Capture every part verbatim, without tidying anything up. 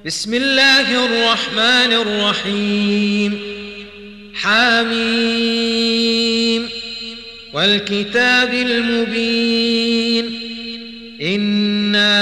بسم الله الرحمن الرحيم. حاميم والكتاب المبين. إنا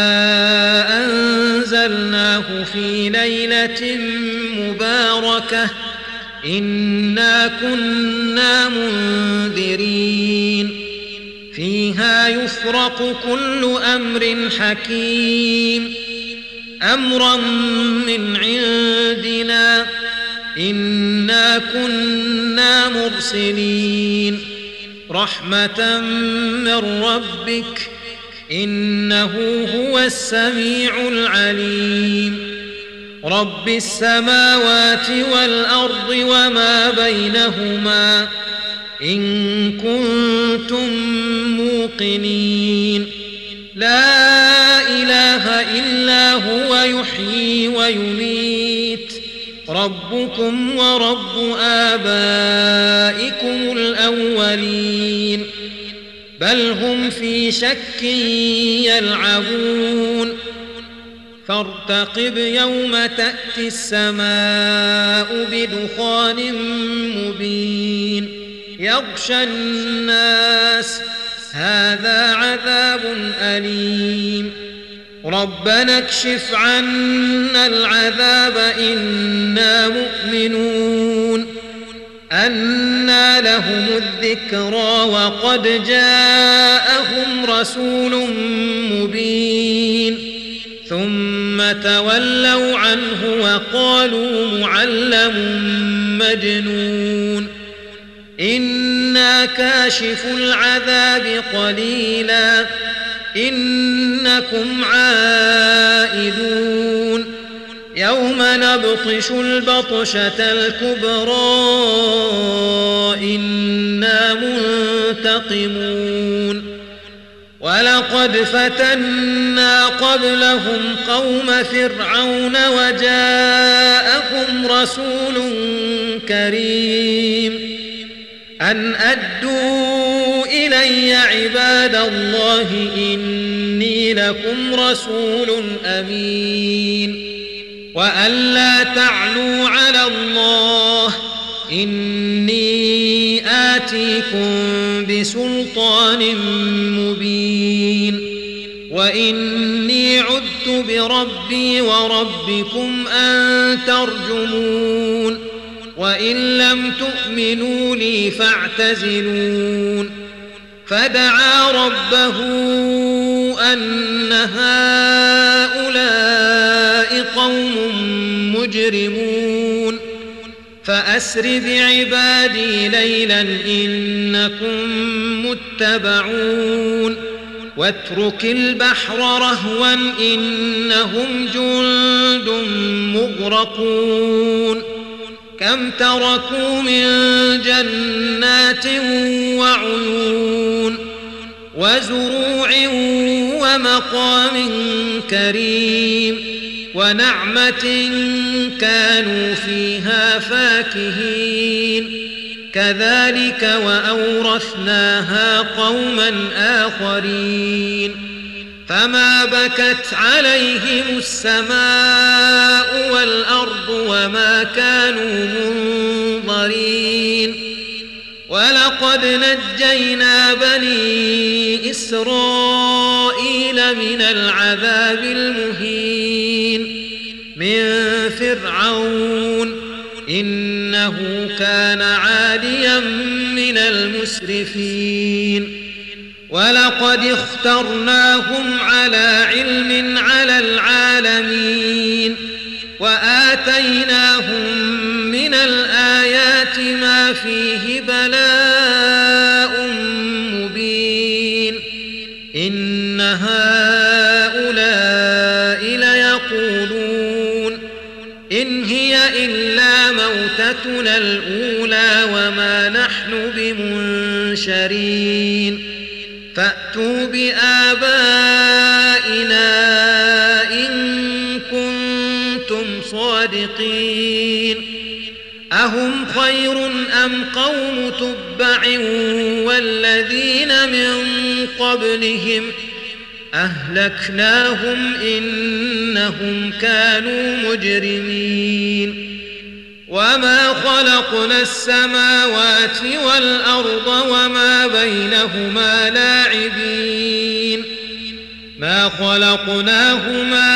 أنزلناه في ليلة مباركة إنا كنا منذرين فيها يفرق كل أمر حكيم أمرا من عندنا إنا كنا مرسلين رحمة من ربك إنه هو السميع العليم. رب السماوات والأرض وما بينهما إن كنتم موقنين. لا إله إلا هو يحيي ويميت ربكم ورب آبائكم الأولين بل هم في شك يلعبون. فارتقب يوم تأتي السماء بدخان مبين يغشى الناس هذا عذاب أليم. ربنا اكشف عنا العذاب إنا مؤمنون. أنى لهم الذكرى وقد جاءهم رسول مبين ثم تولوا عنه وقالوا معلم مجنون. إنا كاشف العذاب قليلا إنكم عائدون. يوم نبطش البطشة الكبرى إنا منتقمون. ولقد فتنا قبلهم قوم فرعون وجاءهم رسول كريم أن أدوا إلي عباد الله إني لكم رسول أمين وأن لا تعلوا على الله إني آتيكم بسلطان مبين وإني عذت بربي وربكم أن ترجمون وإن لم تؤمنوا لي فاعتزلون. فدعا ربه أن هؤلاء قوم مجرمون فأسر بعبادي ليلا إنكم متبعون واترك البحر رهوا إنهم جند مغرقون. كم تركوا من جنات وعيون وزروع ومقام كريم ونعمة كانوا فيها فاكهين كذلك وأورثناها قوما آخرين. فما بكت عليهم السماء والأرض وما كانوا منظرين. ولقد نجينا بني إسرائيل من العذاب المهين من فرعون إنه كان عاليا من المسرفين. ولقد اخترناهم على علم على العالمين وآتيناهم من الآيات ما فيه بلاء مبين. إن هؤلاء ليقولون إن هي إلا موتتنا الأولى وما نحن بمنشرين فأتوا بآبائنا إن كنتم صادقين. أهم خير أم قوم تبع والذين من قبلهم أهلكناهم إنهم كانوا مجرمين وما خلقنا السماوات والأرض وما بينهما لاعبين ما خلقناهما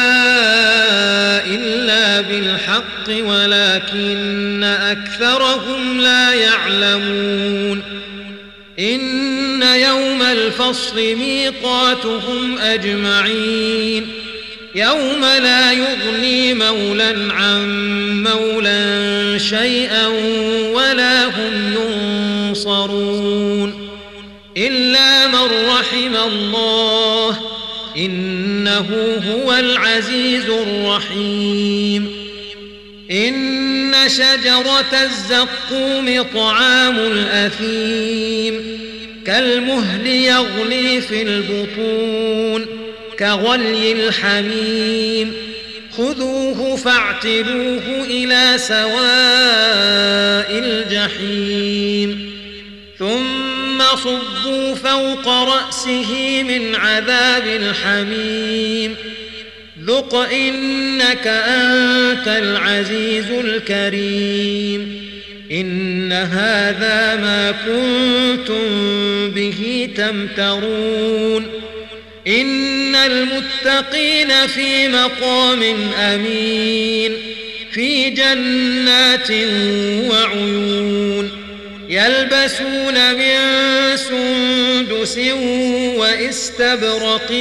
إلا بالحق ولكن أكثرهم لا يعلمون إن يوم الفصل ميقاتهم أجمعين يوم لا يغني مولى عن مولى شيئا ولا هم ينصرون إلا من رحم الله إنه هو العزيز الرحيم إن شجرة الزقوم طعام الأثيم كالمهل يغلي في البطون كغلي الحميم خذوه فاعتلوه إلى سواء الجحيم ثم صبوا فوق رأسه من عذاب الحميم ذق إنك أنت العزيز الكريم إن هذا ما كنتم به تمترون إن المتقين في مقام أمين في جنات وعيون يلبسون من سندس واستبرق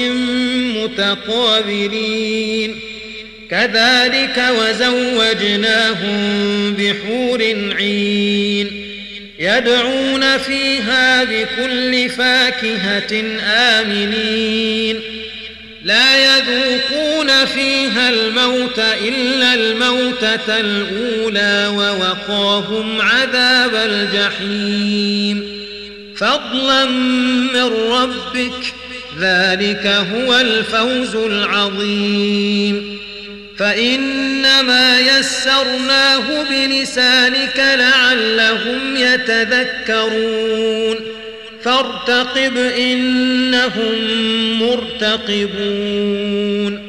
متقابلين كذلك وزوجناهم بحور عين يدعون فيها بكل فاكهة آمنين لا يذوقون فيها الموت إلا الموتة الأولى ووقاهم عذاب الجحيم فضلا من ربك ذلك هو الفوز العظيم فإنما يسرناه بلسانك لعلهم يتذكرون فارتقب إنهم مرتقبون